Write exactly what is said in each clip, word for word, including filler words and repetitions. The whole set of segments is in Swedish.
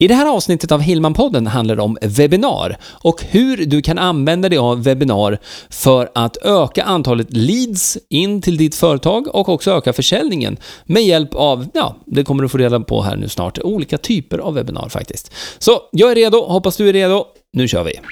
I det här avsnittet av Hillman-podden handlar det om webbinar och hur du kan använda dig av webbinar för att öka antalet leads in till ditt företag och också öka försäljningen med hjälp av, ja, det kommer du få reda på här nu snart, olika typer av webbinar faktiskt. Så jag är redo, hoppas du är redo. Nu kör vi!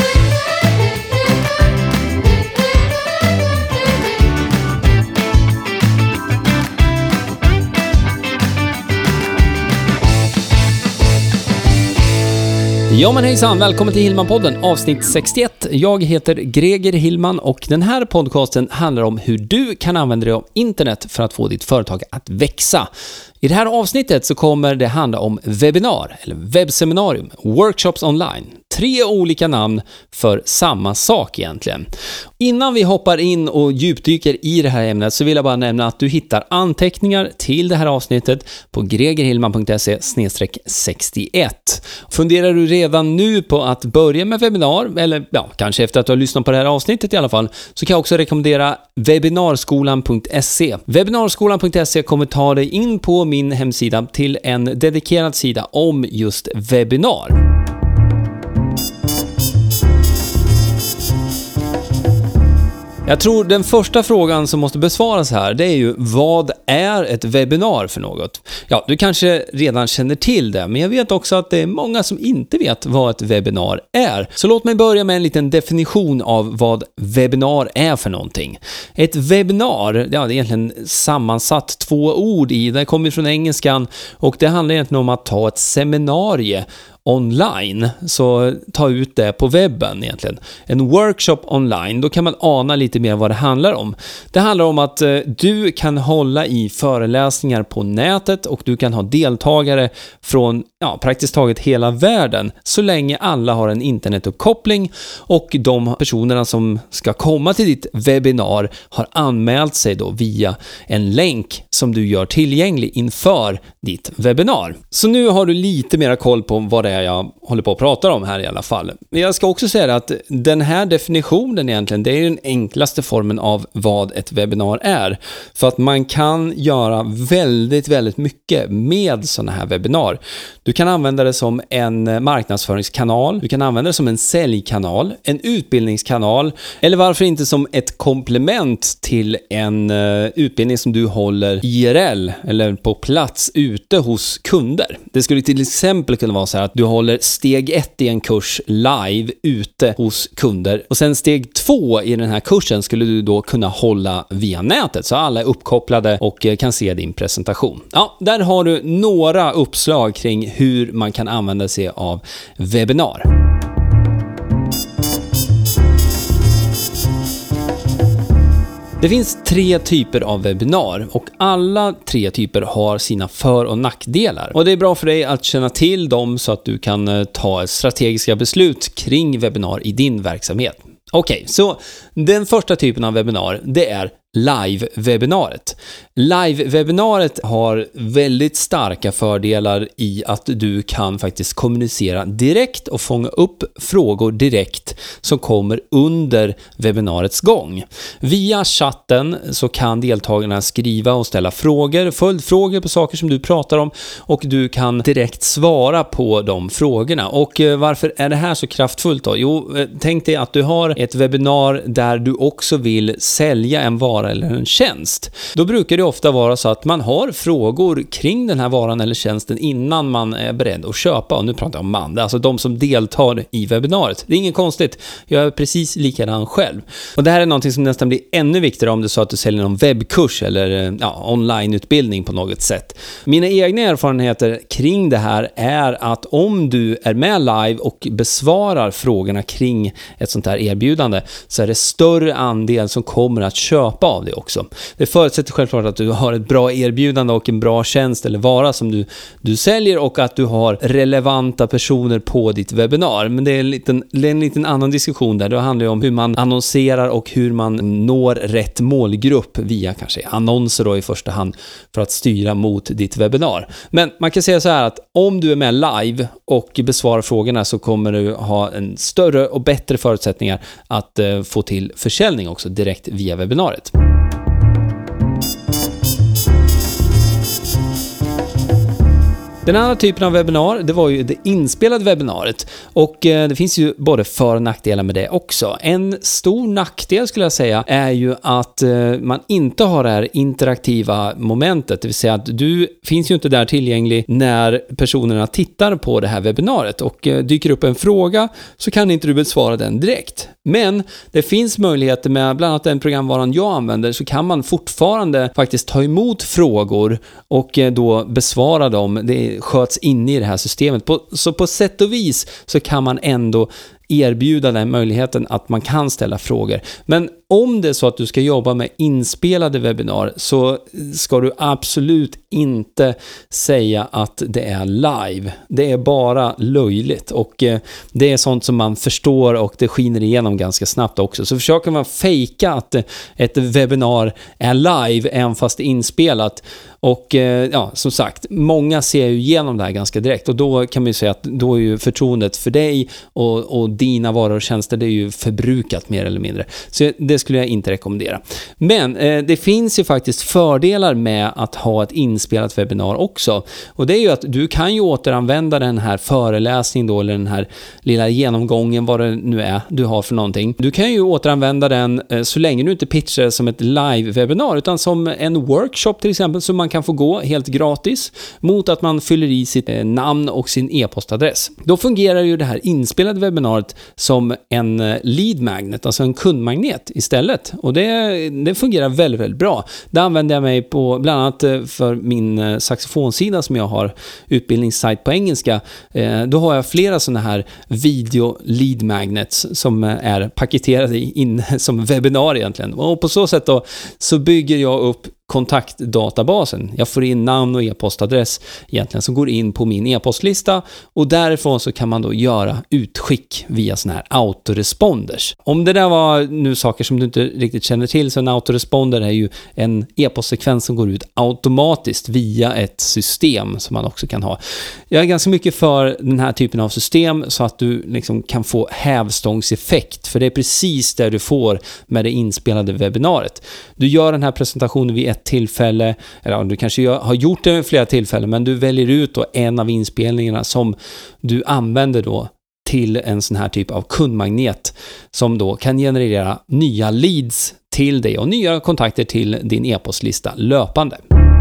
Ja men hejsan, välkommen till Hillman-podden, avsnitt sextioett. Jag heter Greger Hillman och den här podcasten handlar om hur du kan använda dig av internet för att få ditt företag att växa. I det här avsnittet så kommer det handla om webbinar, eller webbseminarium, workshops online. Tre olika namn för samma sak egentligen. Innan vi hoppar in och djupdyker i det här ämnet så vill jag bara nämna att du hittar anteckningar till det här avsnittet på gregerhillman punkt se slash sextioett. Funderar du redan nu på att börja med webbinar, eller ja, kanske efter att du har lyssnat på det här avsnittet i alla fall, så kan jag också rekommendera webbinarskolan punkt se. webbinarskolan punkt se kommer ta dig in på min hemsida till en dedikerad sida om just webbinar. Jag tror den första frågan som måste besvaras här, det är ju, vad är ett webbinar för något? Ja, du kanske redan känner till det, men jag vet också att det är många som inte vet vad ett webbinar är. Så låt mig börja med en liten definition av vad webbinar är för någonting. Ett webbinar, ja, det är egentligen sammansatt två ord i, det kommer från engelskan och det handlar egentligen om att ta ett seminarie online, så ta ut det på webben egentligen. En workshop online, då kan man ana lite mer vad det handlar om. Det handlar om att eh, du kan hålla i föreläsningar på nätet och du kan ha deltagare från ja, praktiskt taget hela världen så länge alla har en internetuppkoppling och de personerna som ska komma till ditt webbinar har anmält sig då via en länk som du gör tillgänglig inför ditt webbinar. Så nu har du lite mera koll på vad det är jag håller på att prata om här i alla fall. Men jag ska också säga att den här definitionen egentligen, det är den enklaste formen av vad ett webbinar är. För att man kan göra väldigt, väldigt mycket med sådana här webbinar. Du kan använda det som en marknadsföringskanal, du kan använda det som en säljkanal, en utbildningskanal, eller varför inte som ett komplement till en uh, utbildning som du håller I R L eller på plats ute hos kunder. Det skulle till exempel kunna vara så här att du håller steg ett i en kurs live ute hos kunder och sen steg två i den här kursen skulle du då kunna hålla via nätet så alla är uppkopplade och kan se din presentation. Ja, där har du några uppslag kring hur man kan använda sig av webbinar. Det finns tre typer av webbinar och alla tre typer har sina för- och nackdelar. Och det är bra för dig att känna till dem så att du kan ta strategiska beslut kring webbinar i din verksamhet. Okej, okay, så den första typen av webbinar, det är live-webbinariet. Live-webbinariet har väldigt starka fördelar i att du kan faktiskt kommunicera direkt och fånga upp frågor direkt som kommer under webbinariets gång. Via chatten så kan deltagarna skriva och ställa frågor, följdfrågor på saker som du pratar om och du kan direkt svara på de frågorna. Och varför är det här så kraftfullt då? Jo, tänk dig att du har ett webbinar där du också vill sälja en vara eller en tjänst. Då brukar det ofta vara så att man har frågor kring den här varan eller tjänsten innan man är beredd att köpa. Och nu pratar jag om man, alltså de som deltar i webbinariet. Det är inget konstigt. Jag är precis likadan själv. Och det här är någonting som nästan blir ännu viktigare om det är så att du säljer någon webbkurs eller ja, onlineutbildning på något sätt. Mina egna erfarenheter kring det här är att om du är med live och besvarar frågorna kring ett sånt här erbjudande så är det större andel som kommer att köpa av det också. Det förutsätter självklart att du har ett bra erbjudande och en bra tjänst eller vara som du, du säljer och att du har relevanta personer på ditt webbinar. Men det är en liten, en liten annan diskussion där. Det handlar ju om hur man annonserar och hur man når rätt målgrupp via kanske annonser då i första hand för att styra mot ditt webbinar. Men man kan säga så här att om du är med live och besvarar frågorna så kommer du ha en större och bättre förutsättningar att eh, få till försäljning också direkt via webbinariet. Den andra typen av webbinar, det var ju det inspelade webbinariet. Och eh, det finns ju både för- och nackdelar med det också. En stor nackdel skulle jag säga är ju att eh, man inte har det här interaktiva momentet. Det vill säga att du finns ju inte där tillgänglig när personerna tittar på det här webbinariet. Och eh, dyker upp en fråga så kan inte du besvara den direkt. Men det finns möjligheter med bland annat den programvaran jag använder, så kan man fortfarande faktiskt ta emot frågor och eh, då besvara dem. Det sköts in i det här systemet. På, så på sätt och vis så kan man ändå erbjuda den möjligheten att man kan ställa frågor. Men om det är så att du ska jobba med inspelade webbinar, så ska du absolut inte säga att det är live. Det är bara löjligt, och eh, det är sånt som man förstår och det skiner igenom ganska snabbt också. Så försöker man fejka att ett webbinar är live även fast det är inspelat. Och eh, ja, som sagt, många ser ju igenom det här ganska direkt, och då kan man ju säga att då är ju förtroendet för dig och, och dina varor och tjänster, det är ju förbrukat mer eller mindre. Så det skulle jag inte rekommendera. Men eh, det finns ju faktiskt fördelar med att ha ett inspelat webbinar också. Och det är ju att du kan ju återanvända den här föreläsningen då, eller den här lilla genomgången, vad det nu är du har för någonting. Du kan ju återanvända den eh, så länge du inte pitchar som ett live-webbinar, utan som en workshop till exempel, som man kan få gå helt gratis mot att man fyller i sitt eh, namn och sin e-postadress. Då fungerar ju det här inspelade webbinariet som en eh, lead magnet, alltså en kundmagnet istället. Och det, det fungerar väldigt, väldigt bra. Det använder jag mig på bland annat eh, för min eh, saxofonsida som jag har, utbildningssajt på engelska. Eh, då har jag flera sådana här video lead magnets som eh, är paketerade in som webbinar egentligen. Och på så sätt då så bygger jag upp kontaktdatabasen. Jag får in namn och e-postadress egentligen som går in på min e-postlista, och därifrån så kan man då göra utskick via såna här autoresponders. Om det där var nu saker som du inte riktigt känner till, så en autoresponder är ju en e-postsekvens som går ut automatiskt via ett system som man också kan ha. Jag är ganska mycket för den här typen av system, så att du liksom kan få hävstångseffekt, för det är precis det du får med det inspelade webbinariet. Du gör den här presentationen vid ett tillfälle, eller du kanske har gjort det vid flera tillfällen, men du väljer ut då en av inspelningarna som du använder då till en sån här typ av kundmagnet som då kan generera nya leads till dig och nya kontakter till din e-postlista löpande.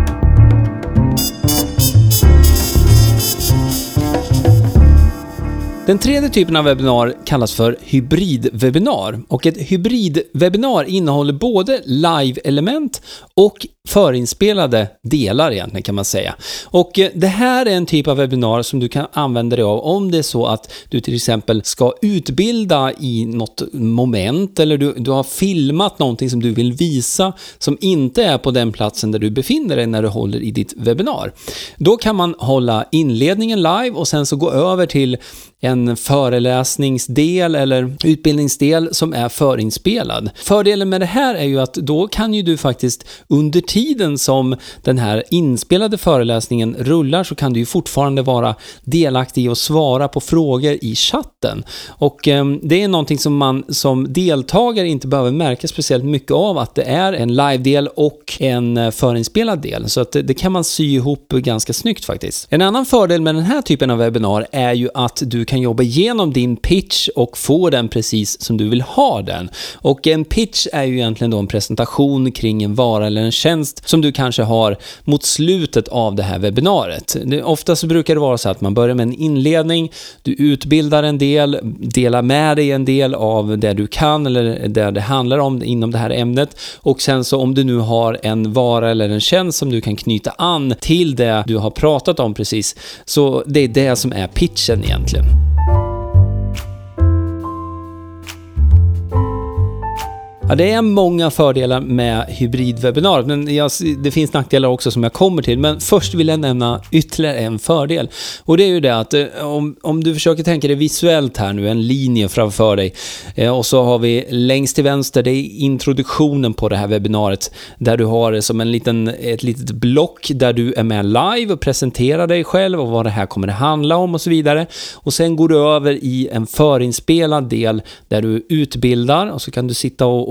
Den tredje typen av webbinar kallas för hybridwebinar, och ett hybridwebinar innehåller både live-element och förinspelade delar egentligen, kan man säga. Och det här är en typ av webbinar som du kan använda dig av om det är så att du till exempel ska utbilda i något moment, eller du, du har filmat någonting som du vill visa som inte är på den platsen där du befinner dig när du håller i ditt webbinar. Då kan man hålla inledningen live och sen så gå över till en föreläsningsdel eller utbildningsdel som är förinspelad. Fördelen med det här är ju att då kan ju du faktiskt under tiden som den här inspelade föreläsningen rullar, så kan du ju fortfarande vara delaktig och svara på frågor i chatten. Och eh, det är någonting som man som deltagare inte behöver märka speciellt mycket av, att det är en live-del och en förinspelad del. Så att det, det kan man sy ihop ganska snyggt faktiskt. En annan fördel med den här typen av webbinar är ju att du kan jobba igenom din pitch och få den precis som du vill ha den. Och en pitch är ju egentligen då en presentation kring en vara eller en tjänst som du kanske har mot slutet av det här webbinariet. Det, ofta så brukar det vara så att man börjar med en inledning, du utbildar en del, delar med dig en del av det du kan eller det det handlar om inom det här ämnet, och sen så om du nu har en vara eller en tjänst som du kan knyta an till det du har pratat om precis, så det är det som är pitchen egentligen. Ja, det är många fördelar med hybridwebbinar, men jag, det finns nackdelar också som jag kommer till. Men först vill jag nämna ytterligare en fördel. Och det är ju det att om, om du försöker tänka dig visuellt här nu, en linje framför dig. Eh, och så har vi längst till vänster, det är introduktionen på det här webbinariet. Där du har som en liten, ett litet block där du är med live och presenterar dig själv och vad det här kommer att handla om och så vidare. Och sen går du över i en förinspelad del där du utbildar, och så kan du sitta och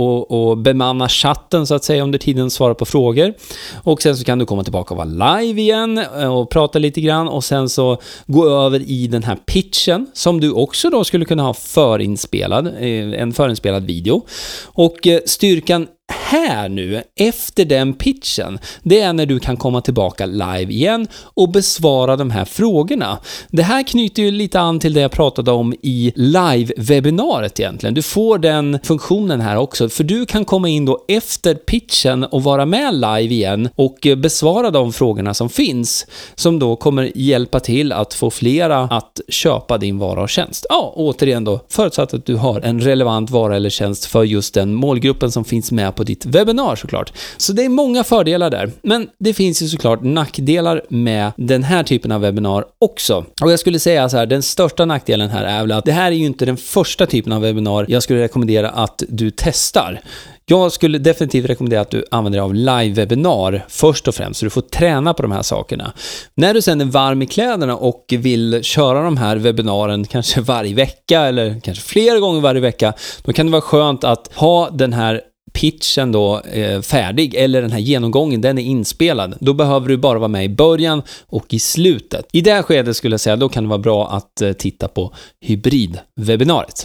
och, och bemanna chatten så att säga under tiden svara på frågor. Och sen så kan du komma tillbaka och vara live igen och prata lite grann och sen så gå över i den här pitchen som du också då skulle kunna ha förinspelad, en förinspelad video. Och styrkan här nu, efter den pitchen, det är när du kan komma tillbaka live igen och besvara de här frågorna. Det här knyter ju lite an till det jag pratade om i live-webbinariet egentligen. Du får den funktionen här också, för du kan komma in då efter pitchen och vara med live igen och besvara de frågorna som finns, som då kommer hjälpa till att få flera att köpa din vara och tjänst. Ja, återigen då, förutsatt att du har en relevant vara eller tjänst för just den målgruppen som finns med på ditt webbinar såklart. Så det är många fördelar där. Men det finns ju såklart nackdelar med den här typen av webbinar också. Och jag skulle säga så här, den största nackdelen här är väl att det här är ju inte den första typen av webbinar jag skulle rekommendera att du testar. Jag skulle definitivt rekommendera att du använder dig av live-webinar först och främst så du får träna på de här sakerna. När du sen är varm i kläderna och vill köra de här webbinaren kanske varje vecka eller kanske flera gånger varje vecka, då kan det vara skönt att ha den här pitchen då eh, färdig eller den här genomgången, den är inspelad. Då behöver du bara vara med i början och i slutet. I det här skedet skulle jag säga, då kan det vara bra att eh, titta på hybridwebbinariet.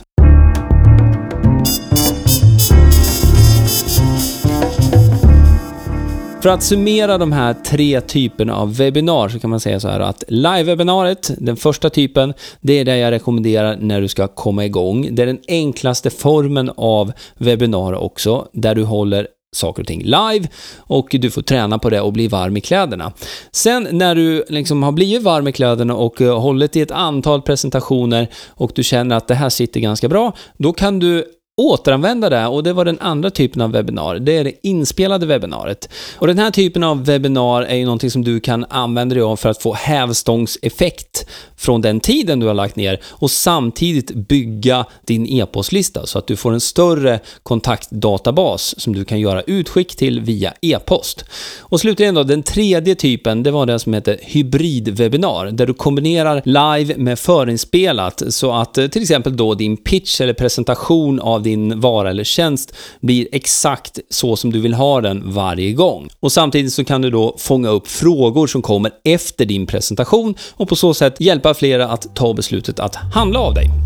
För att summera de här tre typerna av webbinar så kan man säga så här att live-webbinariet, den första typen, det är det jag rekommenderar när du ska komma igång. Det är den enklaste formen av webbinar också, där du håller saker och ting live och du får träna på det och bli varm i kläderna. Sen när du liksom har blivit varm i kläderna och hållit i ett antal presentationer och du känner att det här sitter ganska bra, då kan du återanvända det, och det var den andra typen av webbinar. Det är det inspelade webbinariet. Och den här typen av webbinar är ju någonting som du kan använda dig av för att få hävstångseffekt från den tiden du har lagt ner och samtidigt bygga din e-postlista så att du får en större kontaktdatabas som du kan göra utskick till via e-post. Och slutligen då, den tredje typen, det var det som heter hybridwebinar, där du kombinerar live med förinspelat så att till exempel då din pitch eller presentation av din vara eller tjänst blir exakt så som du vill ha den varje gång. Och samtidigt så kan du då fånga upp frågor som kommer efter din presentation och på så sätt hjälpa flera att ta beslutet att handla av dig.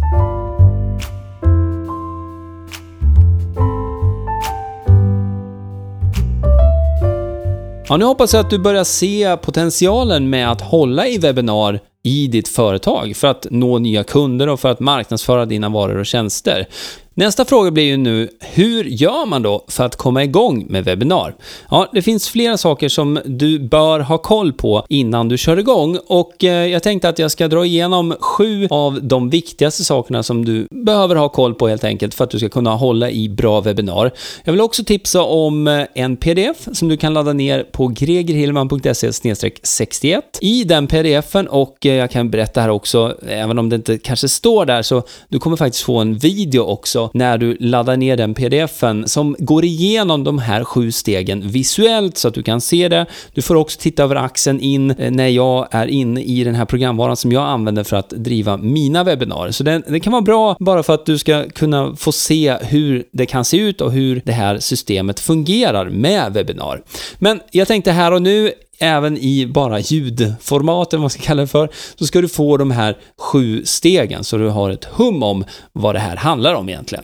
Ja, nu hoppas jag att du börjar se potentialen med att hålla i webbinar i ditt företag för att nå nya kunder och för att marknadsföra dina varor och tjänster. Nästa fråga blir ju nu, hur gör man då för att komma igång med webbinar? Ja, det finns flera saker som du bör ha koll på innan du kör igång, och eh, jag tänkte att jag ska dra igenom sju av de viktigaste sakerna som du behöver ha koll på helt enkelt för att du ska kunna hålla i bra webbinar. Jag vill också tipsa om en pdf som du kan ladda ner på gregerhillman punkt se slash sextioett. I den pdfen, och eh, jag kan berätta här också, även om det inte kanske står där, så du kommer faktiskt få en video också när du laddar ner den pdfen som går igenom de här sju stegen visuellt så att du kan se det. Du får också titta över axeln in när jag är inne i den här programvaran som jag använder för att driva mina webbinarier. Så det, det kan vara bra bara för att du ska kunna få se hur det kan se ut och hur det här systemet fungerar med webbinar. Men jag tänkte här och nu, även i bara ljudformaten, vad man ska kalla det för, så ska du få de här sju stegen så du har ett hum om vad det här handlar om egentligen.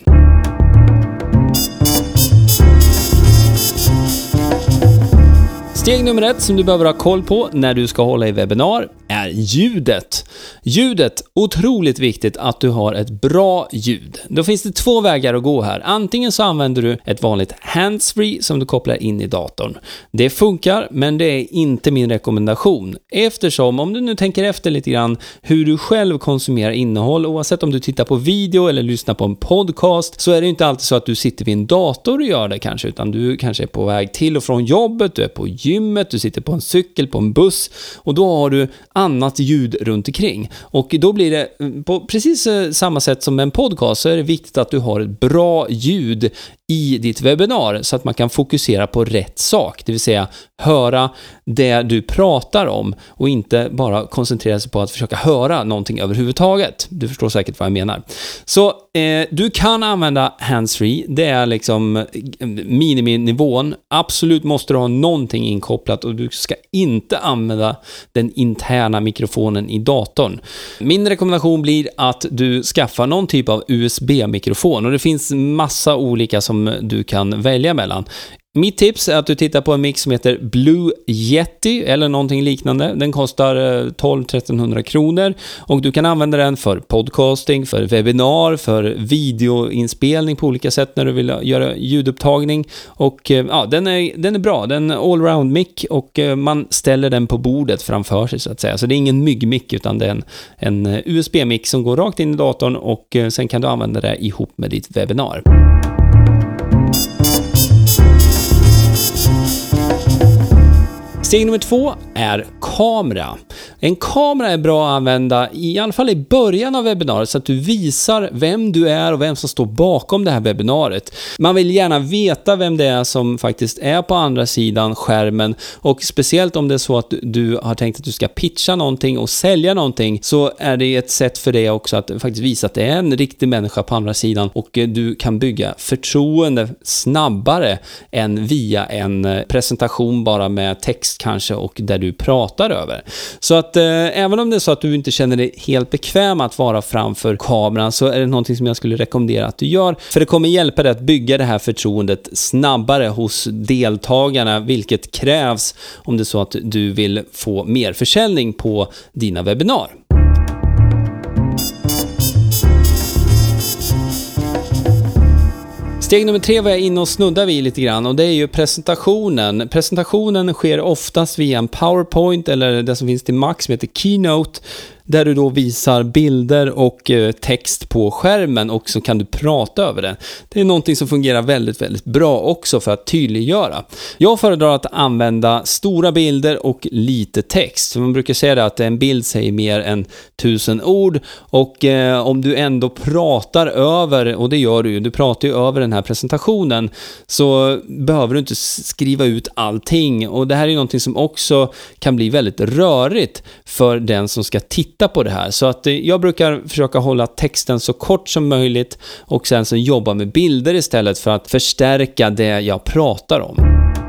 Steg nummer ett som du behöver ha koll på när du ska hålla i webbinar är ljudet. Ljudet, otroligt viktigt att du har ett bra ljud. Då finns det två vägar att gå här. Antingen så använder du ett vanligt handsfree som du kopplar in i datorn. Det funkar, men det är inte min rekommendation. Eftersom, om du nu tänker efter lite grann hur du själv konsumerar innehåll, oavsett om du tittar på video eller lyssnar på en podcast, så är det inte alltid så att du sitter vid en dator och gör det kanske, utan du kanske är på väg till och från jobbet, du är på gym gymmet, du sitter på en cykel, på en buss, och då har du annat ljud runt omkring. Och då blir det på precis samma sätt som med en podcast, så är det viktigt att du har ett bra ljud i ditt webbinar så att man kan fokusera på rätt sak, det vill säga höra det du pratar om och inte bara koncentrera sig på att försöka höra någonting överhuvudtaget. Du förstår säkert vad jag menar. Så eh, du kan använda handsfree, det är liksom miniminivån. Absolut måste du ha någonting inkopplat och du ska inte använda den interna mikrofonen i datorn. Min rekommendation blir att du skaffar någon typ av U S B-mikrofon, och det finns massa olika som du kan välja mellan. Mitt tips är att du tittar på en mix som heter Blue Yeti eller någonting liknande. Den kostar tolv till tretton hundra kronor och du kan använda den för podcasting, för webbinar, för videoinspelning på olika sätt när du vill göra ljudupptagning. Och ja, den är, den är bra. Den är allround mic och man ställer den på bordet framför sig så att säga. Så det är ingen myggmick utan det är en, en U S B-mick som går rakt in i datorn och sen kan du använda det ihop med ditt webbinar. Steg nummer två är kamera. En kamera är bra att använda i alla fall i början av webbinariet så att du visar vem du är och vem som står bakom det här webbinariet. Man vill gärna veta vem det är som faktiskt är på andra sidan skärmen, och speciellt om det är så att du har tänkt att du ska pitcha någonting och sälja någonting, så är det ett sätt för dig också att faktiskt visa att det är en riktig människa på andra sidan, och du kan bygga förtroende snabbare än via en presentation bara med text kanske och där du pratar över. Så att eh, även om det är så att du inte känner dig helt bekväm att vara framför kameran, så är det någonting som jag skulle rekommendera att du gör, för det kommer hjälpa dig att bygga det här förtroendet snabbare hos deltagarna, vilket krävs om det är så att du vill få mer försäljning på dina webbinar. Steg nummer tre var jag inne och snudda vid lite grann, och det är ju presentationen. Presentationen sker oftast via en PowerPoint eller det som finns till Mac som heter Keynote, där du då visar bilder och text på skärmen och så kan du prata över den. Det är någonting som fungerar väldigt, väldigt bra också för att tydliggöra. Jag föredrar att använda stora bilder och lite text. Man brukar säga att en bild säger mer än tusen ord, och eh, om du ändå pratar över, och det gör du ju, du pratar ju över den här presentationen, så behöver du inte skriva ut allting, och det här är någonting som också kan bli väldigt rörigt för den som ska titta på det här. Så att jag brukar försöka hålla texten så kort som möjligt och sen så jobba med bilder istället för att förstärka det jag pratar om.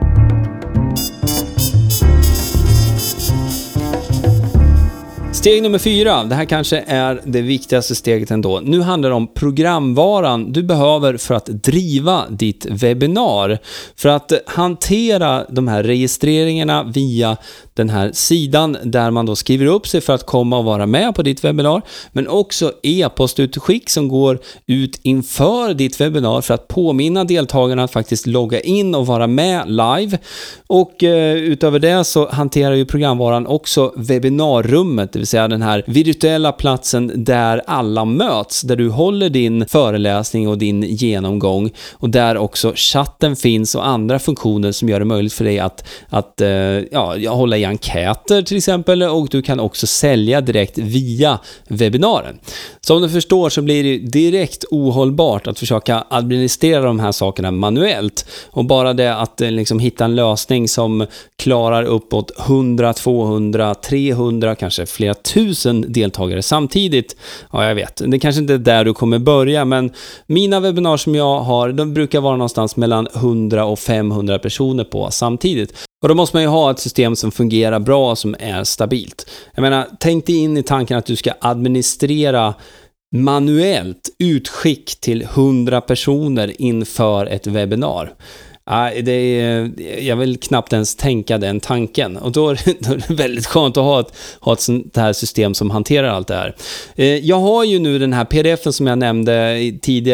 Steg nummer fyra, det här kanske är det viktigaste steget ändå. Nu handlar det om programvaran du behöver för att driva ditt webbinar. För att hantera de här registreringarna via den här sidan där man då skriver upp sig för att komma och vara med på ditt webbinar, men också e-postutskick som går ut inför ditt webbinar för att påminna deltagarna att faktiskt logga in och vara med live. Och eh, utöver det så hanterar ju programvaran också webbinarrummet, det vill säga den här virtuella platsen där alla möts, där du håller din föreläsning och din genomgång, och där också chatten finns och andra funktioner som gör det möjligt för dig att, att eh, ja, hålla i enkäter till exempel, och du kan också sälja direkt via webbinaren. Som du förstår så blir det direkt ohållbart att försöka administrera de här sakerna manuellt, och bara det att liksom hitta en lösning som klarar uppåt hundra, tvåhundra, trehundra, kanske flera tusen deltagare samtidigt. Ja, jag vet. Det kanske inte är där du kommer börja, men mina webbinar som jag har, de brukar vara någonstans mellan hundra och femhundra personer på samtidigt. Och då måste man ju ha ett system som fungerar bra, som är stabilt. Jag menar, tänk dig in i tanken att du ska administrera manuellt utskick till hundra personer inför ett webbinar. Nej, det är, jag vill knappt ens tänka den tanken. Och då är, det, då är det väldigt skönt att ha ett, ha ett sånt här system som hanterar allt det här. Jag har ju nu den här pdf som jag nämnde tidigare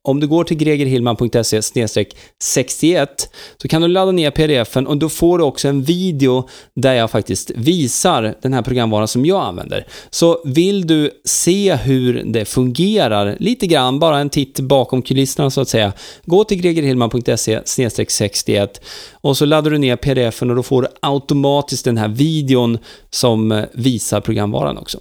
om du går till gregerhillman punkt se slash sextioett så kan du ladda ner pdfen och då får du också en video där jag faktiskt visar den här programvaran som jag använder. Så vill du se hur det fungerar lite grann, bara en titt bakom kulisserna så att säga, gå till gregerhillman punkt se slash sextioett och så laddar du ner pdfen och då får du automatiskt den här videon som visar programvaran också.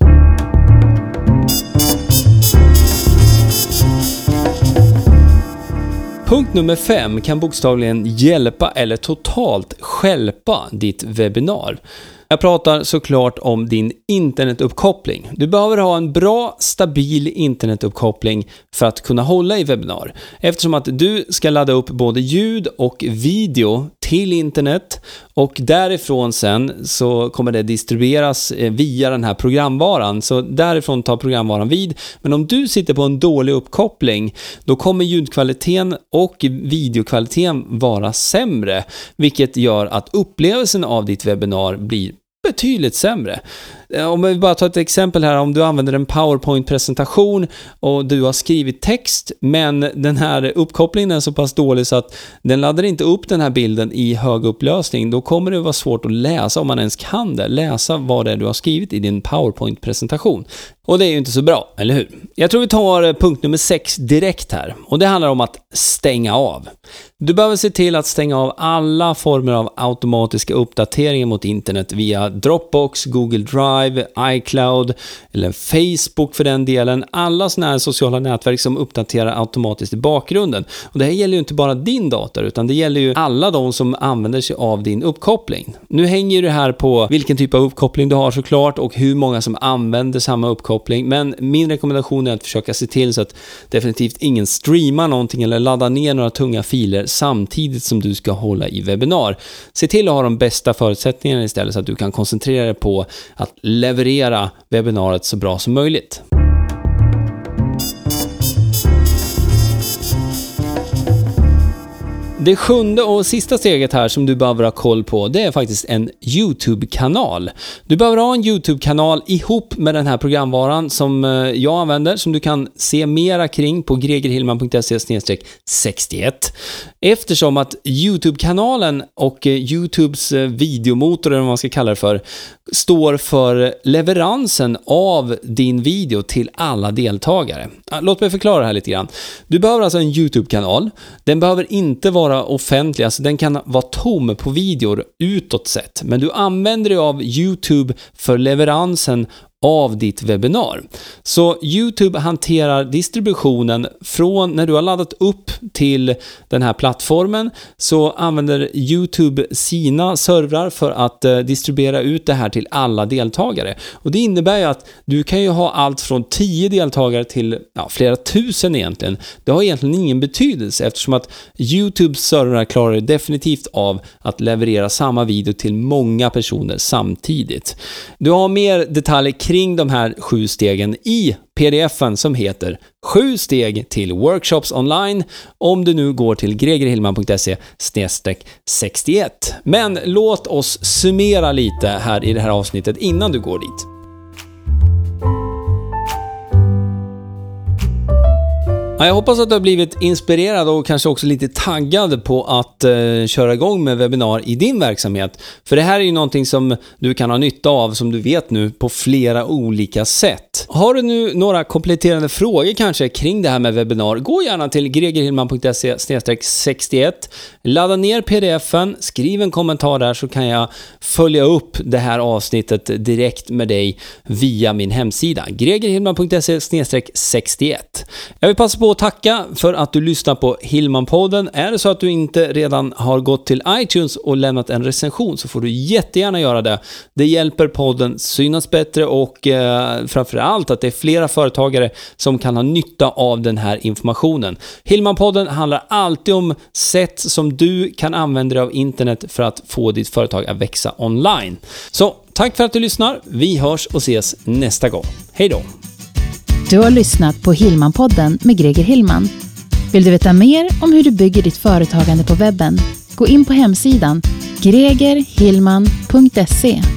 Punkt nummer fem kan bokstavligen hjälpa eller totalt stjälpa ditt webbinar. Jag pratar såklart om din internetuppkoppling. Du behöver ha en bra, stabil internetuppkoppling för att kunna hålla i webbinar. Eftersom att du ska ladda upp både ljud och video till internet och därifrån sen så kommer det distribueras via den här programvaran. Så därifrån tar programvaran vid. Men om du sitter på en dålig uppkoppling då kommer ljudkvaliteten och videokvaliteten vara sämre. Vilket gör att upplevelsen av ditt webbinar blir betydligt sämre. Om vi bara tar ett exempel här, om du använder en PowerPoint-presentation och du har skrivit text men den här uppkopplingen är så pass dålig så att den laddar inte upp den här bilden i hög upplösning, då kommer det vara svårt att läsa, om man ens kan det, läsa vad det är du har skrivit i din PowerPoint-presentation. Och det är ju inte så bra, eller hur? Jag tror vi tar punkt nummer sex direkt här. Och det handlar om att stänga av. Du behöver se till att stänga av alla former av automatiska uppdateringar mot internet via Dropbox, Google Drive, iCloud eller Facebook för den delen. Alla sådana här sociala nätverk som uppdaterar automatiskt i bakgrunden. Och det här gäller ju inte bara din dator utan det gäller ju alla de som använder sig av din uppkoppling. Nu hänger ju det här på vilken typ av uppkoppling du har såklart och hur många som använder samma uppkoppling. Men min rekommendation är att försöka se till så att definitivt ingen streamar någonting eller laddar ner några tunga filer samtidigt som du ska hålla i webbinar. Se till att ha de bästa förutsättningarna istället så att du kan koncentrera dig på att leverera webbinariet så bra som möjligt. Det sjunde och sista steget här som du behöver ha koll på, det är faktiskt en YouTube-kanal. Du behöver ha en YouTube-kanal ihop med den här programvaran som jag använder, som du kan se mera kring på gregerhillman punkt se slash sextioett. Eftersom att YouTube-kanalen och YouTubes videomotor, eller vad man ska kalla det för, står för leveransen av din video till alla deltagare. Låt mig förklara det här lite grann. Du behöver alltså en YouTube-kanal. Den behöver inte vara offentlig, alltså den kan vara tom på videor utåt sett. Men du använder dig av YouTube för leveransen av ditt webbinar. Så YouTube hanterar distributionen från när du har laddat upp till den här plattformen, så använder YouTube sina servrar för att eh, distribuera ut det här till alla deltagare. Och det innebär ju att du kan ju ha allt från tio deltagare till ja, flera tusen egentligen. Det har egentligen ingen betydelse eftersom att YouTubes servrar klarar definitivt av att leverera samma video till många personer samtidigt. Du har mer detaljer kring de här sju stegen i pdfen som heter sju steg till workshops online om du nu går till gregerhillman punkt se slash sextioett. Men låt oss summera lite här i det här avsnittet innan du går dit. Jag hoppas att du har blivit inspirerad och kanske också lite taggad på att eh, köra igång med webbinar i din verksamhet. För det här är ju någonting som du kan ha nytta av, som du vet nu, på flera olika sätt. Har du nu några kompletterande frågor kanske kring det här med webbinar, gå gärna till gregerhillman punkt se slash sextioett, ladda ner pdfen, skriv en kommentar där så kan jag följa upp det här avsnittet direkt med dig via min hemsida gregerhillman punkt se slash sextioett. Jag vill passa på att tacka för att du lyssnar på Hillman-podden. Är det så att du inte redan har gått till iTunes och lämnat en recension så får du jättegärna göra det. Det hjälper podden synas bättre och eh, framförallt att det är flera företagare som kan ha nytta av den här informationen. Hillman-podden handlar alltid om sätt som du kan använda dig av internet för att få ditt företag att växa online. Så tack för att du lyssnar. Vi hörs och ses nästa gång. Hej då! Du har lyssnat på Hillman-podden med Greger Hillman. Vill du veta mer om hur du bygger ditt företagande på webben? Gå in på hemsidan greger hillman punkt se.